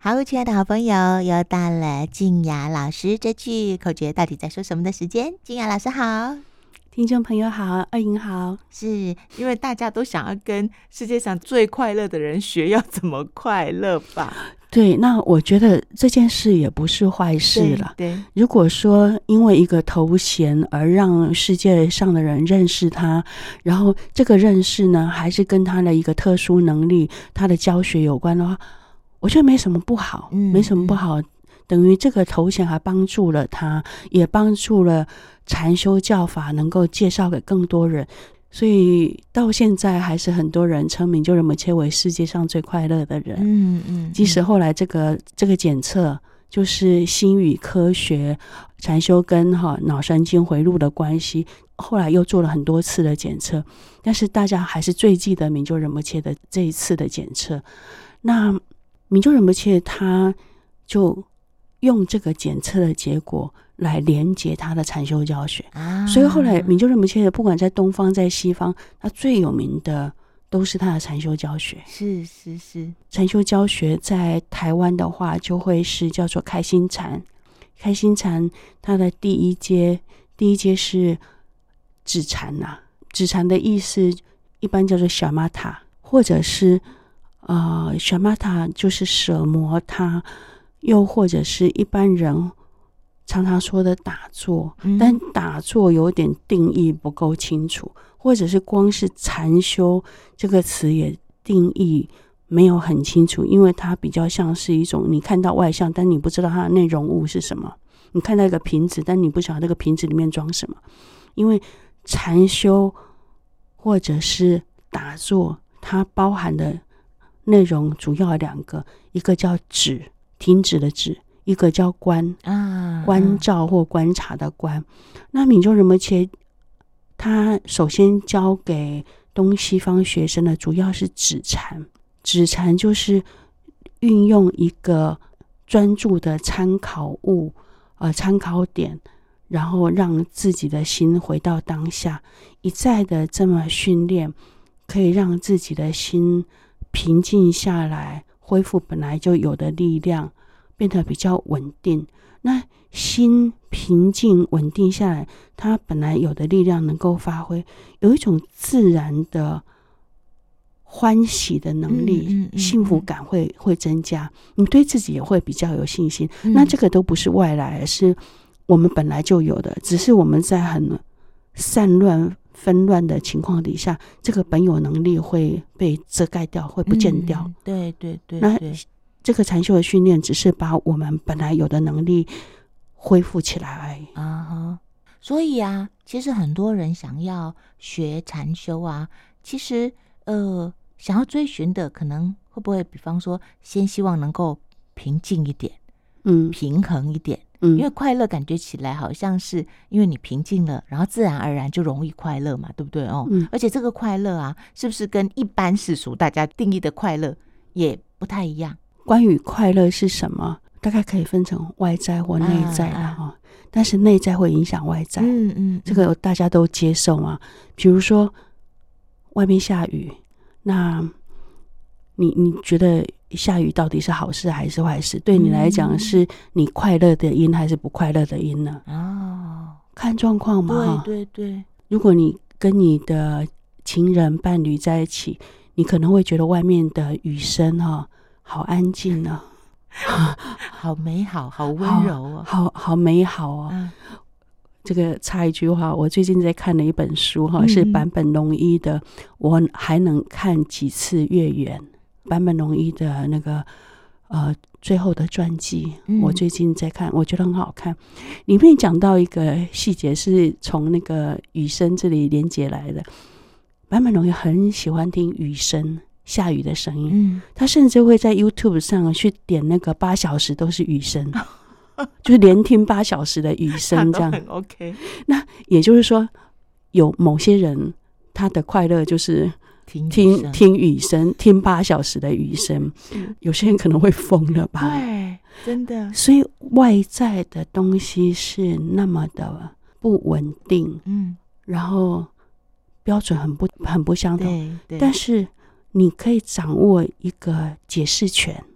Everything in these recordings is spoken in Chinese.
好，亲爱的好朋友，又到了静雅老师这句口诀到底在说什么的时间。静雅老师好。 听众朋友好，二莹好。 是因为大家都想要跟世界上最快乐的人学要怎么快乐吧？ 对，那我觉得这件事也不是坏事了。 对， 如果说因为一个头衔而让世界上的人认识他，然后这个认识呢，还是跟他的一个特殊能力、他的教学有关的话，我觉得没什么不好，没什么不好。等于这个头衔还帮助了他，也帮助了禅修教法能够介绍给更多人。所以到现在还是很多人称名就仁波切为世界上最快乐的人。即使后来这个检测就是心语科学禅修跟脑神经回路的关系，后来又做了很多次的检测，但是大家还是最记得明就仁波切的这一次的检测。那明就仁波切他就用这个检测的结果来连接他的禅修教学，所以后来明就仁波切不管在东方在西方，他最有名的都是他的禅修教学。 是禅修教学在台湾的话就会是叫做开心禅。开心禅它的第一阶是止禅啊，止禅的意思一般叫做小玛塔，或者是小玛塔就是舍摩他，又或者是一般人常常说的打坐，但打坐有点定义不够清楚，或者是光是禅修这个词也定义没有很清楚，因为它比较像是一种你看到外相，但你不知道它的内容物是什么，你看到一个瓶子，但你不晓得这个瓶子里面装什么。因为禅修或者是打坐，它包含的内容主要有两个，一个叫止，停止的止，一个叫观，关照或观察的观。那明就仁波切他首先教给东西方学生的主要是止禅。止禅就是运用一个专注的参考物参考点，然后让自己的心回到当下，一再的这么训练，可以让自己的心平静下来，恢复本来就有的力量，变得比较稳定。那心平静稳定下来，它本来有的力量能够发挥，有一种自然的欢喜的能力，幸福感会增加，你对自己也会比较有信心。那这个都不是外来，而是我们本来就有的，只是我们在很散乱纷乱的情况底下，这个本有能力会被遮盖掉，会不见掉。 对。 那这个禅修的训练只是把我们本来有的能力恢复起来而已。 所以啊，其实很多人想要学禅修啊，其实想要追寻的可能会不会比方说先希望能够平静一点，平衡一点，因为快乐感觉起来好像是因为你平静了，然后自然而然就容易快乐嘛，对不对而且这个快乐啊，是不是跟一般世俗大家定义的快乐也不太一样？ 关于快乐是什么，大概可以分成外在或内在啦但是内在会影响外在，这个大家都接受嘛。比如说外面下雨，那你觉得下雨到底是好事还是坏事？对你来讲是你快乐的因还是不快乐的因呢？看状况嘛。 对。 如果你跟你的情人伴侣在一起，你可能会觉得外面的雨声好安静好美好，好温柔好美好这个插一句话，我最近在看了一本书是坂本龙一的我还能看几次月圆，坂本龙一的那个最后的传记，我最近在看，我觉得很好看。里面讲到一个细节是从那个雨声这里连接来的。坂本龙一很喜欢听雨声，下雨的声音，他甚至会在 YouTube 上去点那个8小时都是雨声就是连听8小时的雨声这样。 很 OK。 那也就是说，有某些人他的快乐就是听雨声，听8小时的雨声，有些人可能会疯了吧？ 对，真的。 所以外在的东西是那么的不稳定，然后标准很不相同，但是你可以掌握一个解释权，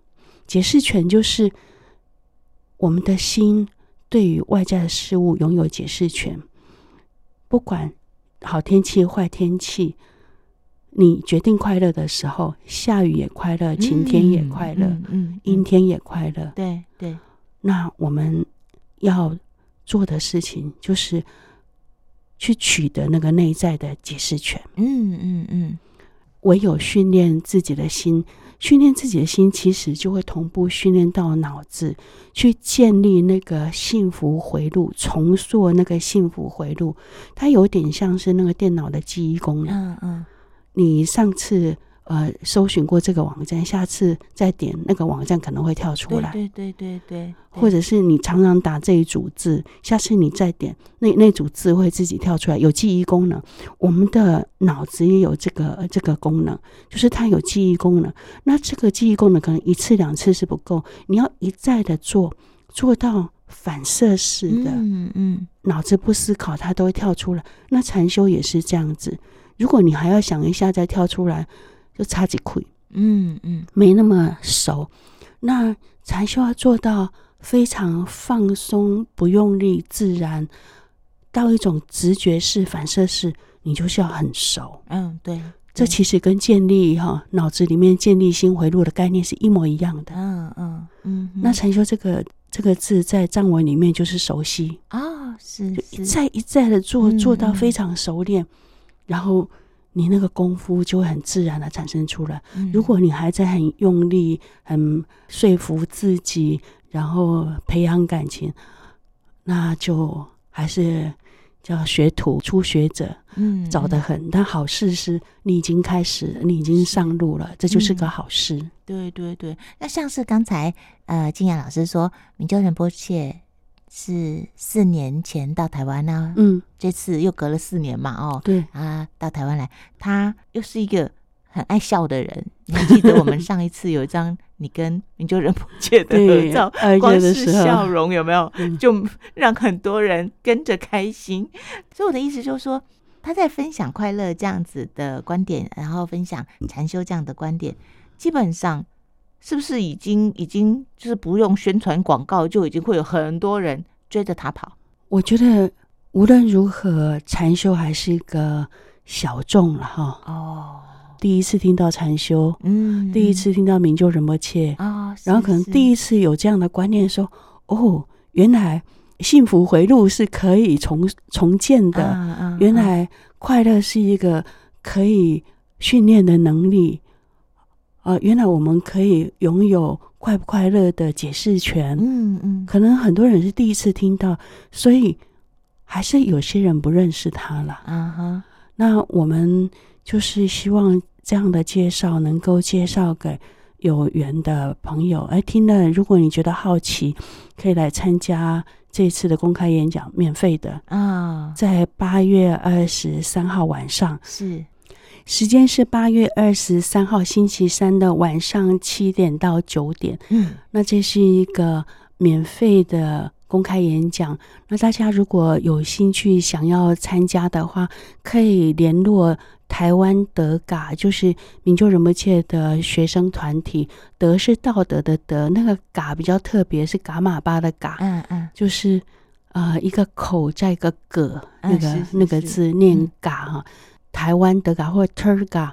解释权就是我们的心对于外在的事物拥有解释权，不管好天气坏天气，你决定快乐的时候，下雨也快乐，晴天也快乐，阴天也快乐。 对对， 那我们要做的事情就是去取得那个内在的解释权。唯有训练自己的心，训练自己的心，其实就会同步训练到脑子，去建立那个幸福回路，重塑那个幸福回路。它有点像是那个电脑的记忆功能。你上次搜寻过这个网站，下次再点那个网站可能会跳出来。 对， 或者是你常常打这一组字，下次你再点那组字会自己跳出来，有记忆功能。我们的脑子也有这个功能，就是它有记忆功能。那这个记忆功能可能1次2次是不够，你要一再的做到反射式的，脑子不思考它都会跳出来。那禅修也是这样子，如果你还要想一下再跳出来，就差几块，没那么熟。那禅修要做到非常放松，不用力，自然到一种直觉式、反射式，你就是要很熟。 对， 这其实跟建立脑子里面建立心回路的概念是一模一样的。那禅修这个字在藏文里面就是熟悉是就一再的做到非常熟练，然后你那个功夫就会很自然的产生出来。如果你还在很用力，很说服自己，然后培养感情，那就还是叫学徒初学者，早得很。但好事是你已经开始了，你已经上路了，这就是个好事。 对，那像是刚才金雅老师说，明就仁波切是4年前到台湾啊，这次又隔了4年嘛， 对到台湾来，他又是一个很爱笑的人。你还记得我们上一次有一张你跟明就仁波切的合照，光是笑容有没有，就让很多人跟着开心。所以我的意思就是说，他在分享快乐这样子的观点，然后分享禅修这样的观点，基本上是不是已经就是不用宣传广告，就已经会有很多人追着他跑？ 我觉得无论如何，禅修还是一个小众了第一次听到禅修，第一次听到明就仁波切，然后可能第一次有这样的观念说，原来幸福回路是可以重建的，原来快乐是一个可以训练的能力，原来我们可以拥有快不快乐的解释权。可能很多人是第一次听到，所以还是有些人不认识他了。那我们就是希望这样的介绍能够介绍给有缘的朋友，听了如果你觉得好奇，可以来参加这次的公开演讲，免费的在8月23号晚上，时间是8月23号星期三的晚上7点到9点。那这是一个免费的公开演讲，那大家如果有兴趣想要参加的话，可以联络台湾德嘎，就是明就仁波切的学生团体。德是道德的德，那个嘎比较特别，是噶玛巴的嘎，就是一个口在一个葛，那个字念嘎台湾德嘎或 Terga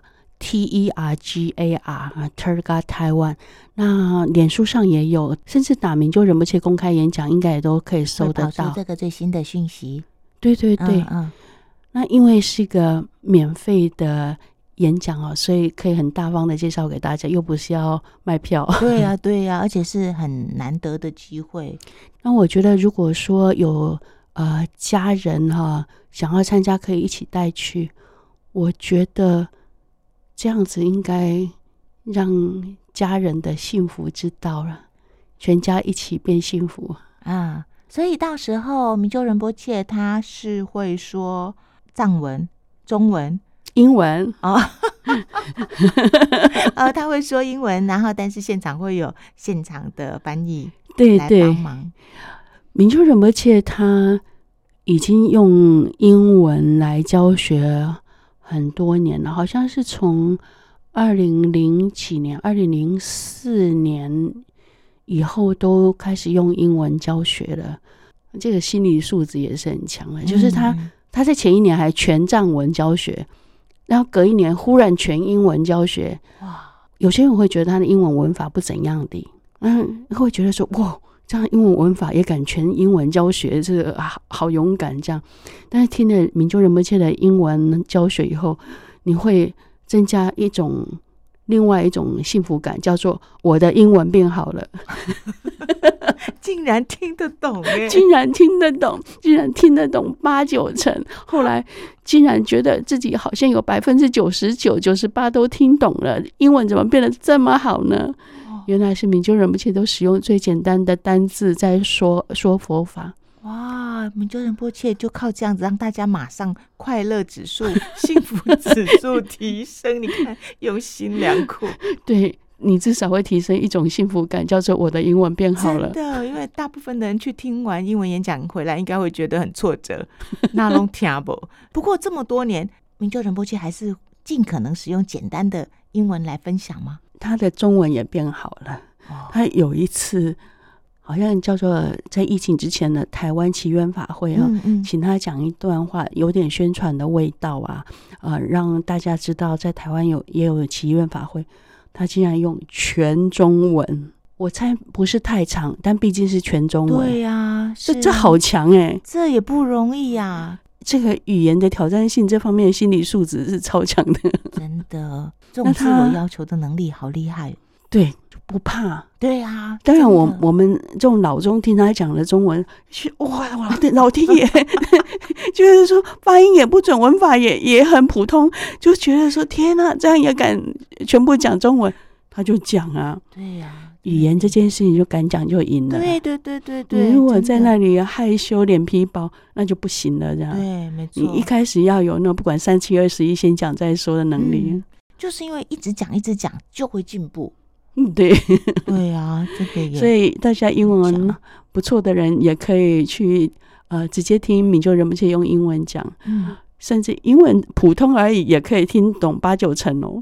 Tergar Terga 台湾。那脸书上也有，甚至打明就仁波切公开演讲应该也都可以搜得到这个最新的讯息。 对，那因为是一个免费的演讲所以可以很大方的介绍给大家，又不是要卖票。 对呀，而且是很难得的机会。 那我觉得如果说有家人想要参加，可以一起带去，我觉得这样子应该让家人的幸福知道了，全家一起变幸福所以到时候明就仁波切他是会说藏文、中文、 英文他会说英文，然后但是现场会有现场的翻译来帮忙。 明就仁波切他已经用英文来教学很多年了，好像是从2004年以后都开始用英文教学了，这个心理素质也是很强的。就是他在前一年还全藏文教学，然后隔一年忽然全英文教学。哇！有些人会觉得他的英文文法不怎样的，会觉得说哇，这样英文文法也敢全英文教学，这个好勇敢这样。但是听了明就仁波切的英文教学以后，你会增加另外一种幸福感，叫做我的英文变好了。 竟然听得懂耶， 竟然听得懂8、9成，后来竟然觉得自己好像有99%、98%都听懂了，英文怎么变得这么好呢？原来是明就仁波切都使用最简单的单字在说佛法。 哇，明就仁波切就靠这样子让大家马上快乐指数、幸福指数提升。你看，用心良苦。 对，你至少会提升一种幸福感，叫做我的英文变好了。 真的，因为大部分的人去听完英文演讲回来，应该会觉得很挫折，那都听不。不过这么多年，明就仁波切还是尽可能使用简单的英文来分享吗？ 他的中文也变好了。他有一次好像叫做在疫情之前的台湾祈愿法会请他讲一段话，有点宣传的味道让大家知道在台湾也有祈愿法会。他竟然用全中文，我猜不是太长，但毕竟是全中文。 对呀， 这好强这也不容易呀。 这个语言的挑战性这方面的心理素质是超强的， 真的，这种自我要求的能力好厉害。 对，不怕。 对啊， 当然我们这种老中听他讲的中文，哇，老天爷就是说发音也不准，文法也很普通，就觉得说天哪，这样也敢全部讲中文，他就讲啊。 对呀， 语言这件事情就敢讲就赢了。 对， 你如果在那里害羞脸皮薄，那就不行了。这样对，没错。 你一开始要有那不管3、7、21先讲再说的能力。 就是因为一直讲就会进步。 对啊，这个也。 所以大家英文不错的人也可以去直接听明就仁波切用英文讲，甚至英文普通而已也可以听懂8、9成哦。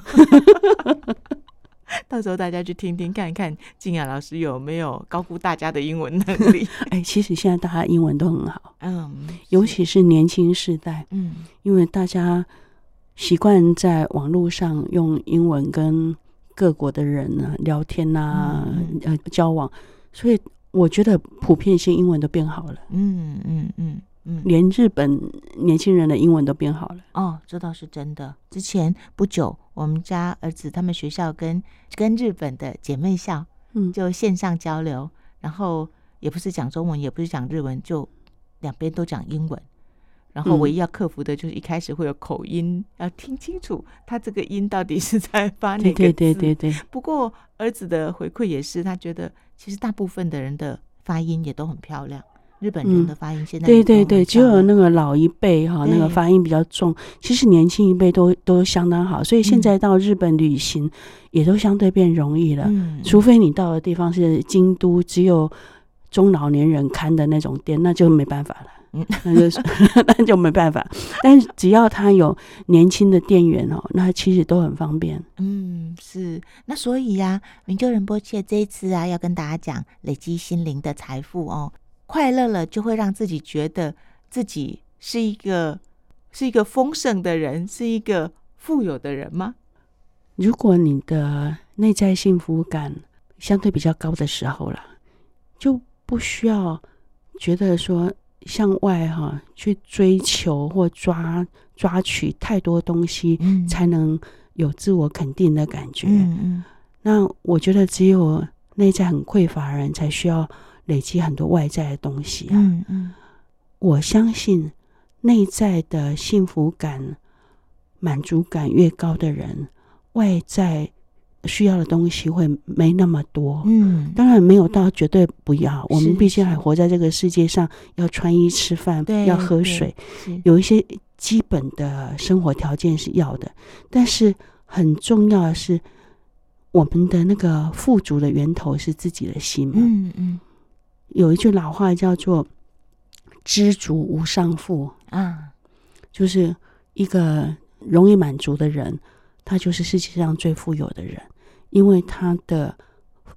到时候大家去听听看看静雅老师有没有高估大家的英文能力。 其实现在大家英文都很好，尤其是年轻世代，因为大家习惯在网络上用英文跟各国的人聊天交往，所以我觉得普遍性英文都变好了。连日本年轻人的英文都变好了。 这倒是真的。之前不久，我们家儿子他们学校跟日本的姐妹校就线上交流，然后也不是讲中文，也不是讲日文，就两边都讲英文。然后唯一要克服的就是一开始会有口音，要听清楚他这个音到底是在发哪个字。对。不过儿子的回馈也是，他觉得其实大部分的人的发音也都很漂亮。日本人的发音现在对，只有那个老一辈那个发音比较重，其实年轻一辈都相当好，所以现在到日本旅行也都相对变容易了。除非你到的地方是京都，只有中老年人看的那种店，那就没办法了。那就没办法。但是只要他有年轻的店员那其实都很方便。 是。那所以明就仁波切这一次要跟大家讲累积心灵的财富快乐了就会让自己觉得自己是一个丰盛的人，是一个富有的人吗？ 如果你的内在幸福感相对比较高的时候啦，就不需要觉得说向外去追求或抓取太多东西才能有自我肯定的感觉。那我觉得只有内在很匮乏的人才需要累积很多外在的东西我相信内在的幸福感满足感越高的人，外在需要的东西会没那么多。当然没有到绝对不要，我们毕竟还活在这个世界上，要穿衣吃饭，要喝水，有一些基本的生活条件是要的。但是很重要的是我们的那个富足的源头是自己的心有一句老话叫做知足无上富就是一个容易满足的人，他就是世界上最富有的人，因为他的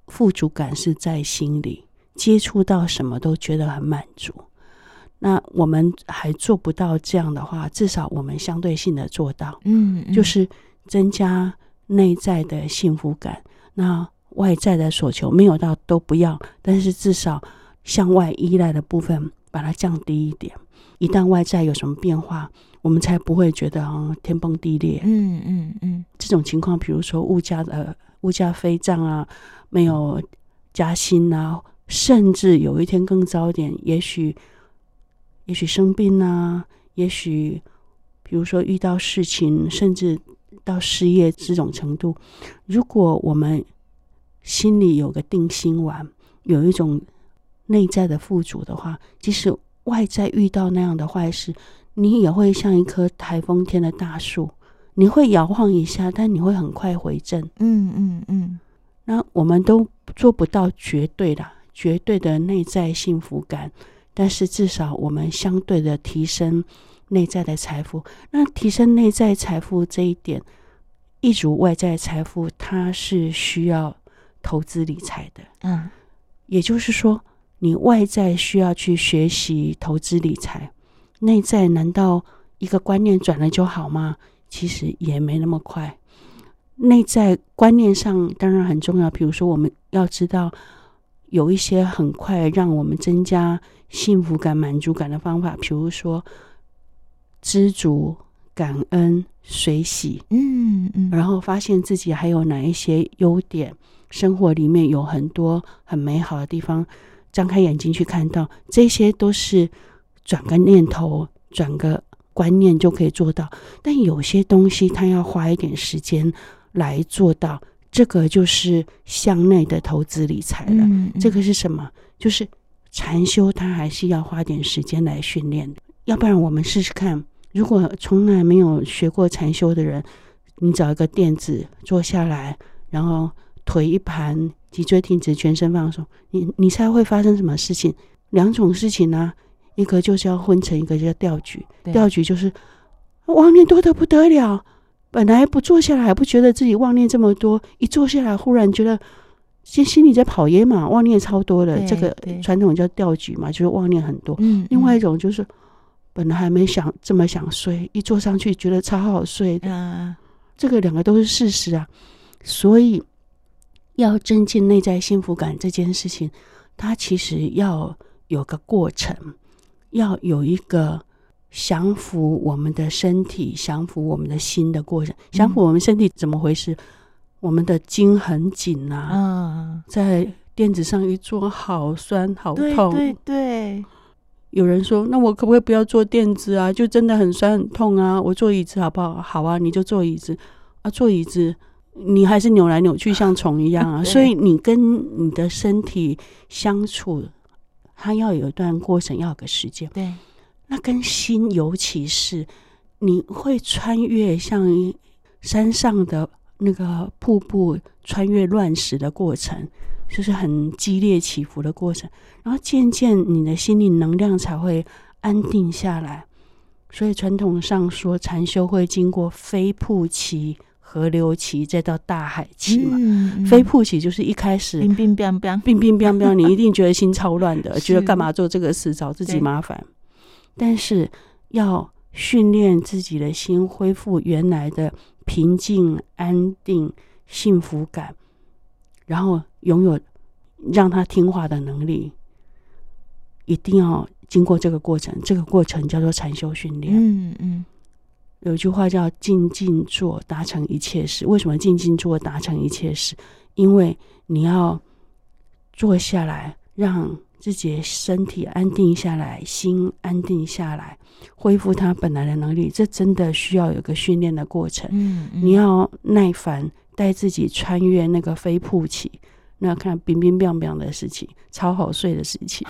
富足感是在心里，接触到什么都觉得很满足。那我们还做不到这样的话，至少我们相对性的做到，就是增加内在的幸福感。那外在的所求没有到都不要，但是至少向外依赖的部分把它降低一点。一旦外在有什么变化，我们才不会觉得天崩地裂。这种情况，比如说物价飞涨啊，没有加薪啊，甚至有一天更糟一点，也许生病啊，也许比如说遇到事情，甚至到失业这种程度，如果我们心里有个定心丸，有一种内在的富足的话，即使外在遇到那样的坏事，你也会像一棵台风天的大树，你会摇晃一下，但你会很快回正。那我们都做不到绝对的内在幸福感，但是至少我们相对的提升内在的财富。那提升内在财富这一点，一如外在财富，它是需要投资理财的。也就是说，你外在需要去学习投资理财，内在难道一个观念转了就好吗？其实也没那么快。内在观念上当然很重要，比如说我们要知道有一些很快让我们增加幸福感满足感的方法，比如说知足、感恩、随喜，然后发现自己还有哪一些优点，生活里面有很多很美好的地方，张开眼睛去看到，这些都是转个念头、转个观念就可以做到。但有些东西它要花一点时间来做到，这个就是向内的投资理财了。这个是什么？就是禅修，它还是要花点时间来训练的。要不然我们试试看，如果从来没有学过禅修的人，你找一个垫子坐下来，然后腿一盘，脊椎挺直，全身放松，你猜会发生什么事情？两种事情啊，一个就是要昏沉，一个叫掉举。掉举就是妄念多得不得了，本来不坐下来不觉得自己妄念这么多，一坐下来忽然觉得心里在跑野马，妄念超多了。这个传统叫掉举嘛，就是妄念很多。另外一种就是本来还没这么想睡，一坐上去觉得超好睡的。这个两个都是事实啊。所以要增进内在幸福感这件事情，它其实要有个过程，要有一个降服我们的身体、降服我们的心的过程。降服我们身体怎么回事？我们的筋很紧啊，在垫子上一坐，好酸好痛。对，有人说，那我可不可以不要坐垫子啊？就真的很酸很痛啊，我坐椅子好不好？好啊，你就坐椅子啊。坐椅子你还是扭来扭去像虫一样啊。所以你跟你的身体相处，它要有一段过程，要有个时间。对，那跟心尤其是你会穿越像山上的那个瀑布，穿越乱石的过程，就是很激烈起伏的过程，然后渐渐你的心灵能量才会安定下来。所以传统上说禅修会经过飞瀑期、河流期，再到大海期嘛。飞瀑期就是一开始冰冰冰冰冰冰冰冰，你一定觉得心超乱的，觉得干嘛做这个事，找自己麻烦。但是要训练自己的心恢复原来的平静、安定、幸福感，然后拥有让他听话的能力，一定要经过这个过程。这个过程叫做禅修训练。有一句话叫静静坐达成一切事。为什么静静坐达成一切事？因为你要坐下来，让自己的身体安定下来，心安定下来，恢复它本来的能力。这真的需要有个训练的过程。你要耐烦带自己穿越那个飞瀑期，那看冰冰冰冰的事情，超好睡的事情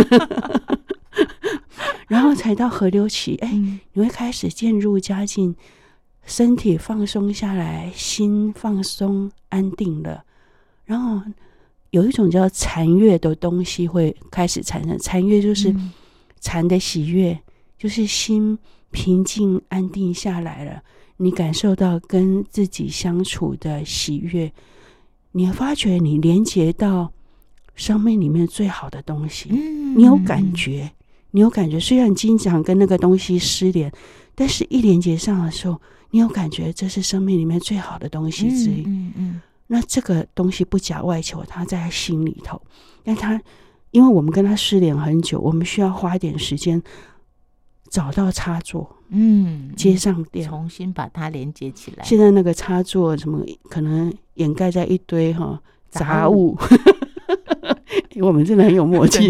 然后才到河流期，你会开始渐入佳境，身体放松下来，心放松安定了，然后有一种叫禅悦的东西会开始产生。禅悦就是禅的喜悦，就是心平静安定下来了，你感受到跟自己相处的喜悦， 你发觉你连接到生命里面最好的东西，你有感觉，你有感觉，虽然经常跟那个东西失联，但是一连接上的时候，你有感觉这是生命里面最好的东西之一。那这个东西不假外求，它在心里头，但它因为我们跟它失联很久，我们需要花一点时间找到插座，接上电， 重新把它连接起来。 现在那个插座什么可能掩盖在一堆杂物我们真的很有默契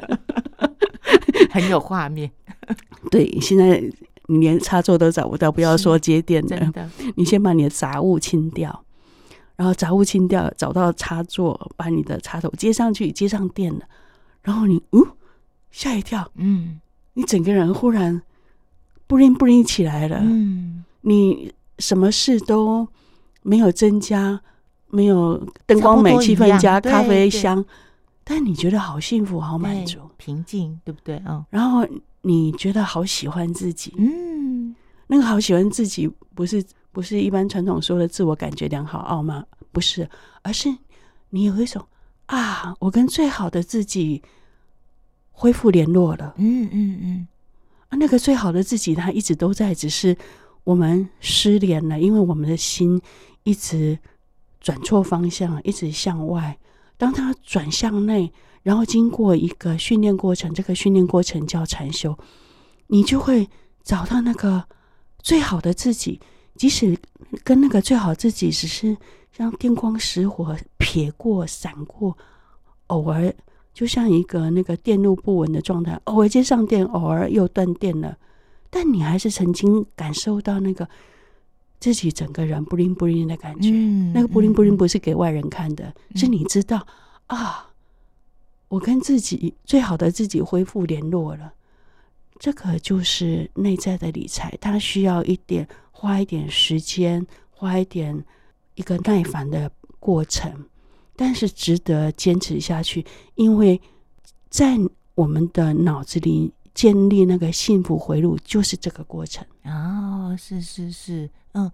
很有画面对，现在你连插座都找不到，不要说接电了，你先把你的杂物清掉，然后杂物清掉，找到插座，把你的插头接上去，接上电了，然后你吓一跳，你整个人忽然不灵不灵起来了，你什么事都没有增加，没有灯光美气氛加咖啡香，但你觉得好幸福好满足平静，对不对？ 然后你觉得好喜欢自己，那个好喜欢自己不是一般传统说的自我感觉良好傲慢，不是，而是你有一种我跟最好的自己恢复联络了，那个最好的自己他一直都在，只是我们失联了，因为我们的心一直转错方向，一直向外。当他转向内，然后经过一个训练过程，这个训练过程叫禅修，你就会找到那个最好的自己，即使跟那个最好自己只是像电光石火瞥过闪过，偶尔就像一个那个电路不稳的状态，偶尔接上电，偶尔又断电了，但你还是曾经感受到那个自己整个人不灵不灵的感觉，那个不灵不灵不是给外人看的，是你知道我跟自己最好的自己恢复联络了。这个就是内在的理财，它需要花一点时间，花一个耐烦的过程，但是值得坚持下去，因为在我们的脑子里建立那个幸福回路就是这个过程。 是